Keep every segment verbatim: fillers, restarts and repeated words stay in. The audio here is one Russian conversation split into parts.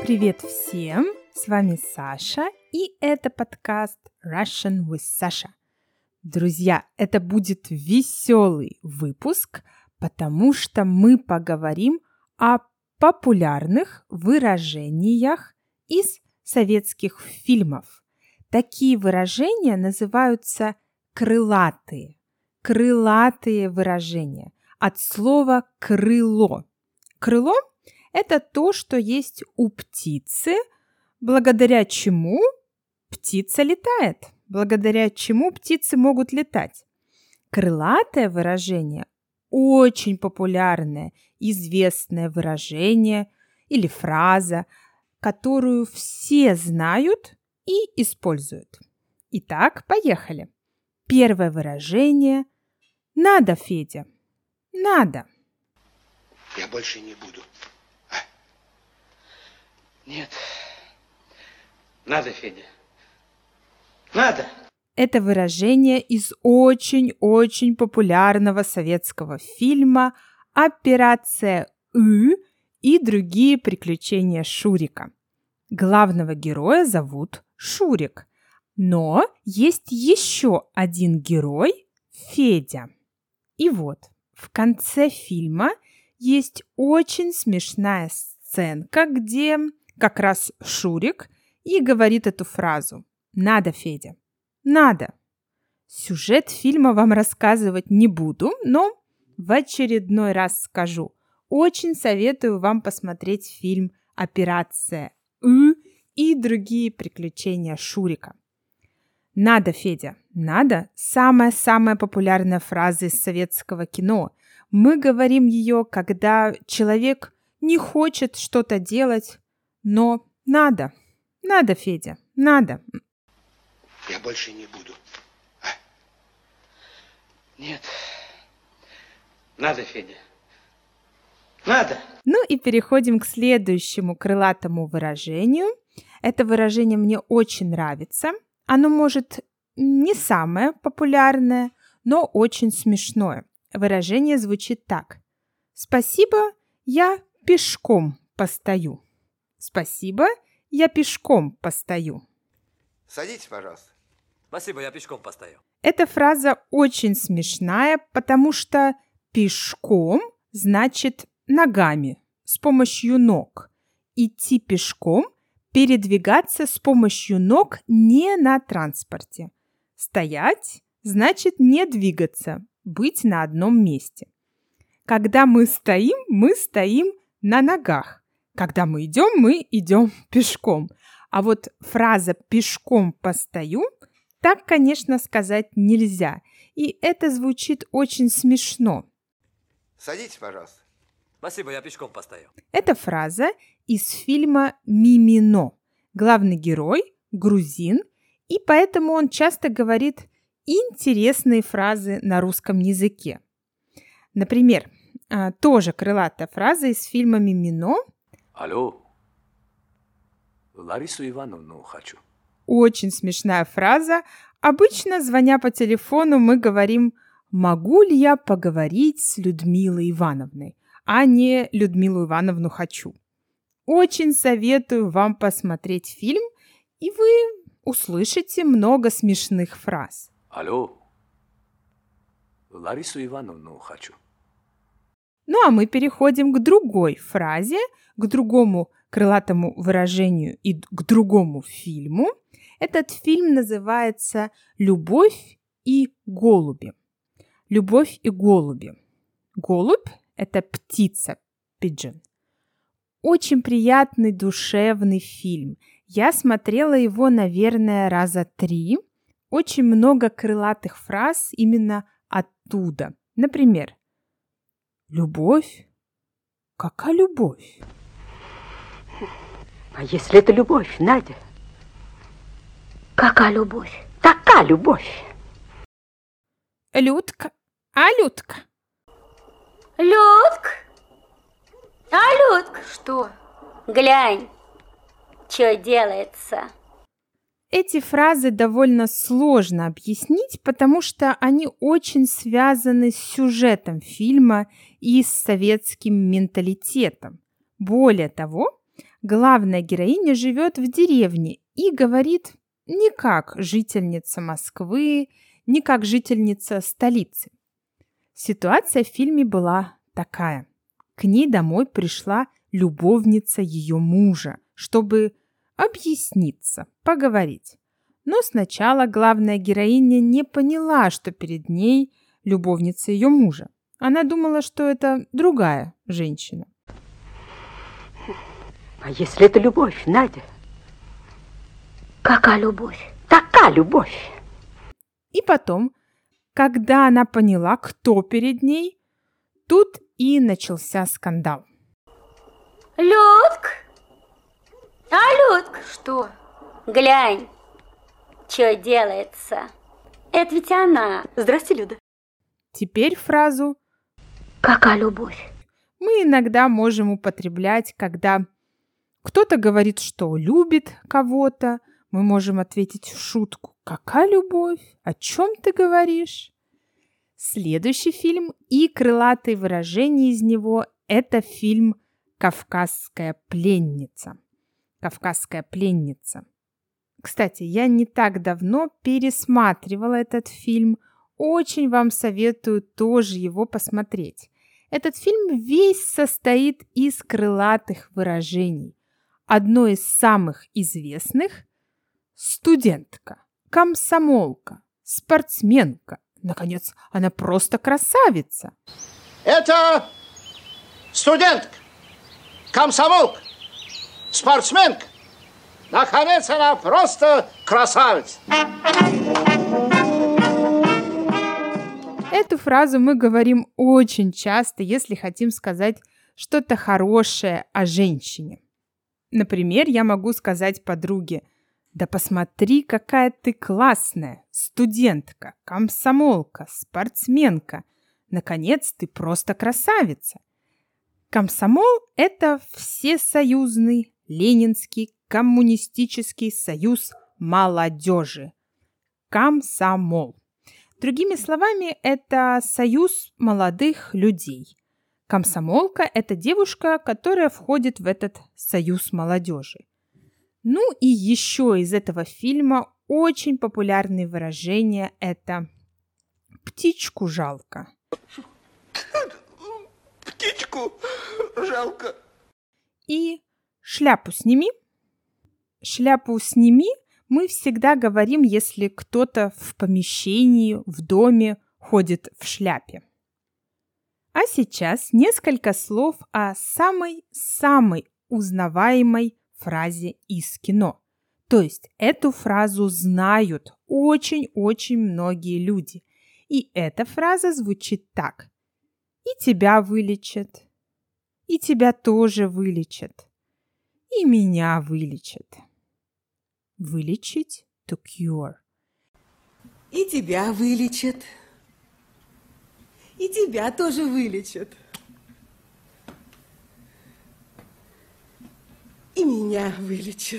Привет всем! С вами Саша, и это подкаст Russian with Sasha. Друзья, это будет веселый выпуск, потому что мы поговорим о популярных выражениях из советских фильмов. Такие выражения называются крылатые. Крылатые выражения от слова «крыло». Крыло – это то, что есть у птицы, благодаря чему птица летает, благодаря чему птицы могут летать. Крылатое выражение – очень популярное, известное выражение или фраза, которую все знают и используют. Итак, поехали. Первое выражение – «надо, Федя, надо». Я больше не буду. А? Нет. Надо, Федя. Надо. Это выражение из очень-очень популярного советского фильма «Операция Ы» и другие приключения Шурика. Главного героя зовут Шурик, но есть еще один герой – Федя. И вот, в конце фильма есть очень смешная сценка, где как раз Шурик и говорит эту фразу «Надо, Федя, надо». Сюжет фильма вам рассказывать не буду, но в очередной раз скажу. Очень советую вам посмотреть фильм «Операция Ы» и другие приключения Шурика. «Надо, Федя, надо» – самая-самая популярная фраза из советского кино. Мы говорим ее, когда человек не хочет что-то делать, но надо. Надо, Федя, надо. Я больше не буду. А? Нет. Надо, Федя. Надо. Ну и переходим к следующему крылатому выражению. Это выражение мне очень нравится. Оно может не самое популярное, но очень смешное. Выражение звучит так. Спасибо, я пешком постою. Спасибо, я пешком постою. Садитесь, пожалуйста. Спасибо, я пешком постою. Эта фраза очень смешная, потому что пешком значит ногами, с помощью ног. Идти пешком – передвигаться с помощью ног не на транспорте. Стоять – значит не двигаться, быть на одном месте. Когда мы стоим, мы стоим на ногах. Когда мы идем, мы идем пешком. А вот фраза «пешком постою» так, конечно, сказать нельзя. И это звучит очень смешно. Садитесь, пожалуйста. Спасибо, я пешком постою. Это фраза из фильма «Мимино». Главный герой – грузин, и поэтому он часто говорит интересные фразы на русском языке. Например, тоже крылатая фраза из фильма «Мимино». Алло, Ларису Ивановну хочу. Очень смешная фраза. Обычно, звоня по телефону, мы говорим «Могу ли я поговорить с Людмилой Ивановной?» а не «Людмилу Ивановну хочу». Очень советую вам посмотреть фильм, и вы услышите много смешных фраз. Алло, Ларису Ивановну хочу. Ну а мы переходим к другой фразе, к другому крылатому выражению и к другому фильму. Этот фильм называется «Любовь и голуби». «Любовь и голуби». Голубь – это птица, pigeon. Очень приятный, душевный фильм. Я смотрела его, наверное, раза три. Очень много крылатых фраз именно оттуда. Например, «Любовь? Какая любовь?» А если это любовь, Надя? Какая любовь? Такая любовь. «Людка, а Людка?» Людк! А, Людк! Что? Глянь, что делается. Эти фразы довольно сложно объяснить, потому что они очень связаны с сюжетом фильма и с советским менталитетом. Более того, Главная героиня живет в деревне и говорит не как жительница Москвы, не как жительница столицы. Ситуация в фильме была такая. К ней домой пришла любовница ее мужа, чтобы объясниться, поговорить. Но сначала главная героиня не поняла, что перед ней любовница ее мужа. Она думала, что это другая женщина. А если это любовь, Надя? Какая любовь? Такая любовь. И потом, когда она поняла, кто перед ней, тут и начался скандал. Людк! А, Людк, Что? глянь, что делается. Это ведь она. Здрасте, Люда. Теперь фразу Какая любовь? мы иногда можем употреблять, когда кто-то говорит, что любит кого-то. Мы можем ответить в шутку: «Какая любовь? О чем ты говоришь?» Следующий фильм и крылатые выражения из него – это фильм «Кавказская пленница». «Кавказская пленница». Кстати, я не так давно пересматривала этот фильм. Очень вам советую тоже его посмотреть. Этот фильм весь состоит из крылатых выражений. Одно из самых известных – студентка, комсомолка, спортсменка. Наконец, она просто красавица. Это студентка, комсомолка, спортсменка. Наконец, она просто красавица. Эту фразу мы говорим очень часто, если хотим сказать что-то хорошее о женщине. Например, я могу сказать подруге: «Да посмотри, какая ты классная, студентка, комсомолка, спортсменка. Наконец, ты просто красавица». Комсомол – это Всесоюзный Ленинский коммунистический союз молодежи. Комсомол. Другими словами, это союз молодых людей. Комсомолка – это девушка, которая входит в этот союз молодежи. Ну и еще из этого фильма очень популярные выражения – это «птичку жалко». Птичку жалко. И «шляпу сними». «Шляпу сними» мы всегда говорим, если кто-то в помещении, в доме ходит в шляпе. А сейчас несколько слов о самой-самой узнаваемой фразе из кино. То есть эту фразу знают очень-очень многие люди. И эта фраза звучит так: «И тебя вылечат, и тебя тоже вылечат, и меня вылечат». Вылечить – to cure. И тебя вылечат. И тебя тоже вылечат. И меня вылечат.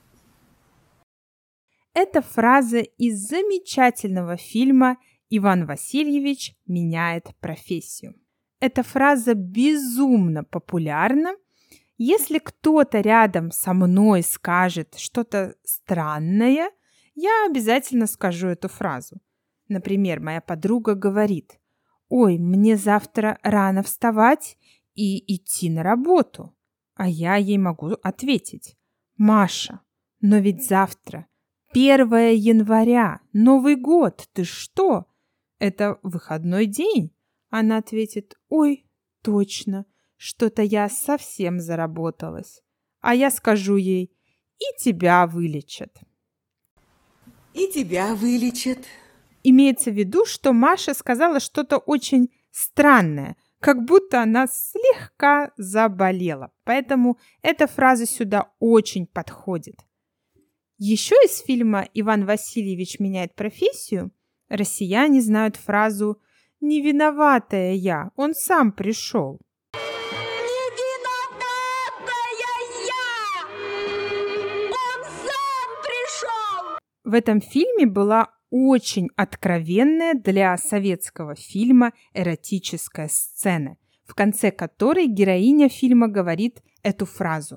Это фраза из замечательного фильма «Иван Васильевич меняет профессию». Эта фраза безумно популярна. Если кто-то рядом со мной скажет что-то странное, я обязательно скажу эту фразу. Например, моя подруга говорит: «Ой, мне завтра рано вставать и идти на работу». А я ей могу ответить: «Маша, но ведь завтра первое января, Новый год, ты что? Это выходной день». Она ответит: «Ой, точно, что-то я совсем заработалась». А я скажу ей: «И тебя вылечат». И тебя вылечат. Имеется в виду, что Маша сказала что-то очень странное, как будто она слегка заболела. Поэтому эта фраза сюда очень подходит. Еще из фильма «Иван Васильевич меняет профессию» россияне знают фразу «Не виноватая я, он сам пришел». В этом фильме была очень откровенная для советского фильма эротическая сцена, в конце которой героиня фильма говорит эту фразу: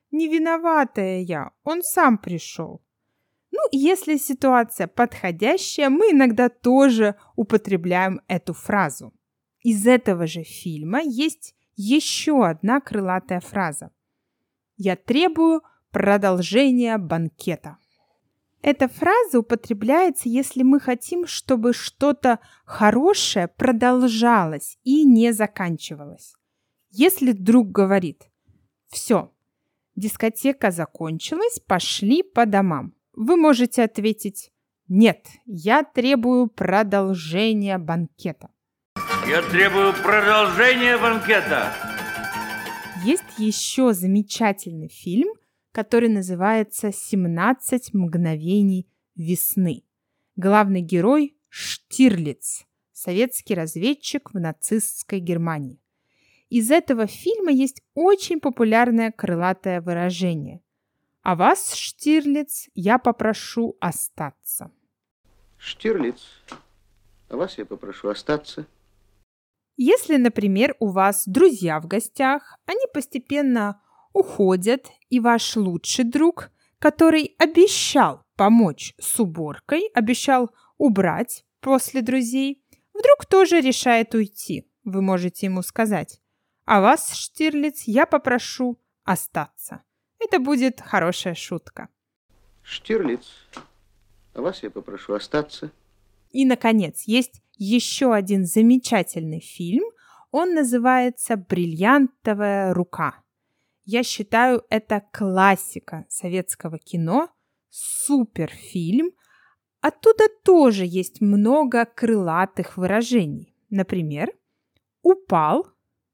Не виноватая я, он сам пришел. Ну, если ситуация подходящая, мы иногда тоже употребляем эту фразу. Из этого же фильма есть еще одна крылатая фраза. «Я требую продолжения банкета». Эта фраза употребляется, если мы хотим, чтобы что-то хорошее продолжалось и не заканчивалось. Если друг говорит: «Все, дискотека закончилась, пошли по домам», вы можете ответить: «Нет, я требую продолжения банкета». Я требую продолжения банкета. Есть еще замечательный фильм, который называется «семнадцать мгновений весны». Главный герой Штирлиц, советский разведчик в нацистской Германии. Из этого фильма есть очень популярное крылатое выражение: «А вас, Штирлиц, я попрошу остаться». Штирлиц, а вас я попрошу остаться. Если, например, у вас друзья в гостях, они постепенно уходят, и ваш лучший друг, который обещал помочь с уборкой, обещал убрать после друзей, вдруг тоже решает уйти. Вы можете ему сказать: «А вас, Штирлиц, я попрошу остаться». Это будет хорошая шутка. Штирлиц, а вас я попрошу остаться. И, наконец, есть еще один замечательный фильм. Он называется «Бриллиантовая рука». Я считаю, это классика советского кино, суперфильм. Оттуда тоже есть много крылатых выражений. Например, упал,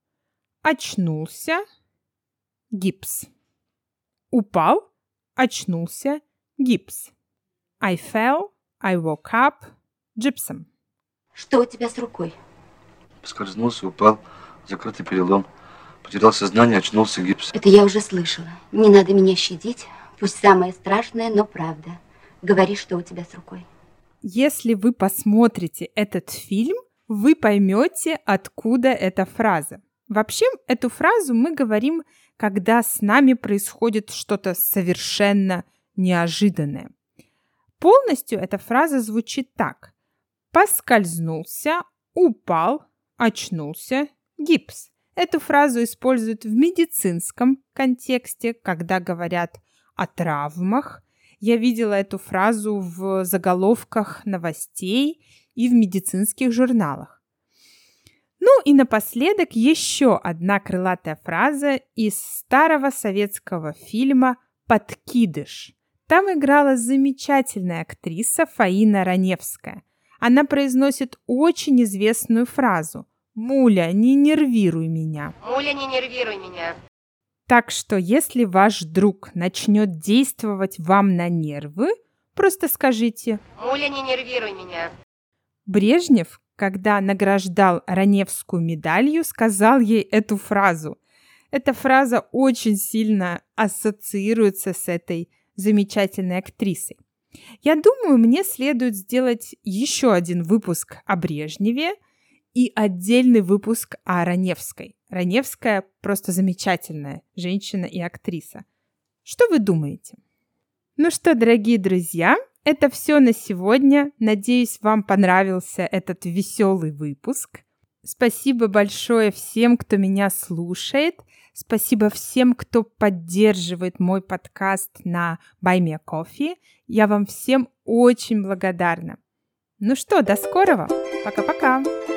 очнулся, гипс. Упал, очнулся, гипс. I fell, I woke up, gypsum. Что у тебя с рукой? Поскользнулся, упал, закрытый перелом. Потерял сознание, очнулся, гипс. Это я уже слышала. Не надо меня щадить. Пусть самое страшное, но правда. Говори, что у тебя с рукой. Если вы посмотрите этот фильм, вы поймете, откуда эта фраза. Вообще, эту фразу мы говорим, когда с нами происходит что-то совершенно неожиданное. Полностью эта фраза звучит так: поскользнулся, упал, очнулся, гипс. Эту фразу используют в медицинском контексте, когда говорят о травмах. Я видела эту фразу в заголовках новостей и в медицинских журналах. Ну и напоследок еще одна крылатая фраза из старого советского фильма «Подкидыш». Там играла замечательная актриса Фаина Раневская. Она произносит очень известную фразу: «Муля, не нервируй меня». Муля, не нервируй меня. Так что, если ваш друг начнет действовать вам на нервы, просто скажите: «Муля, не нервируй меня». Брежнев, когда награждал Раневскую медалью, сказал ей эту фразу. Эта фраза очень сильно ассоциируется с этой замечательной актрисой. Я думаю, мне следует сделать еще один выпуск о Брежневе и отдельный выпуск о Раневской. Раневская просто замечательная женщина и актриса. Что вы думаете? Ну что, дорогие друзья, это все на сегодня. Надеюсь, вам понравился этот веселый выпуск. Спасибо большое всем, кто меня слушает. Спасибо всем, кто поддерживает мой подкаст на Buy Me a Coffee. Я вам всем очень благодарна. Ну что, до скорого. Пока-пока.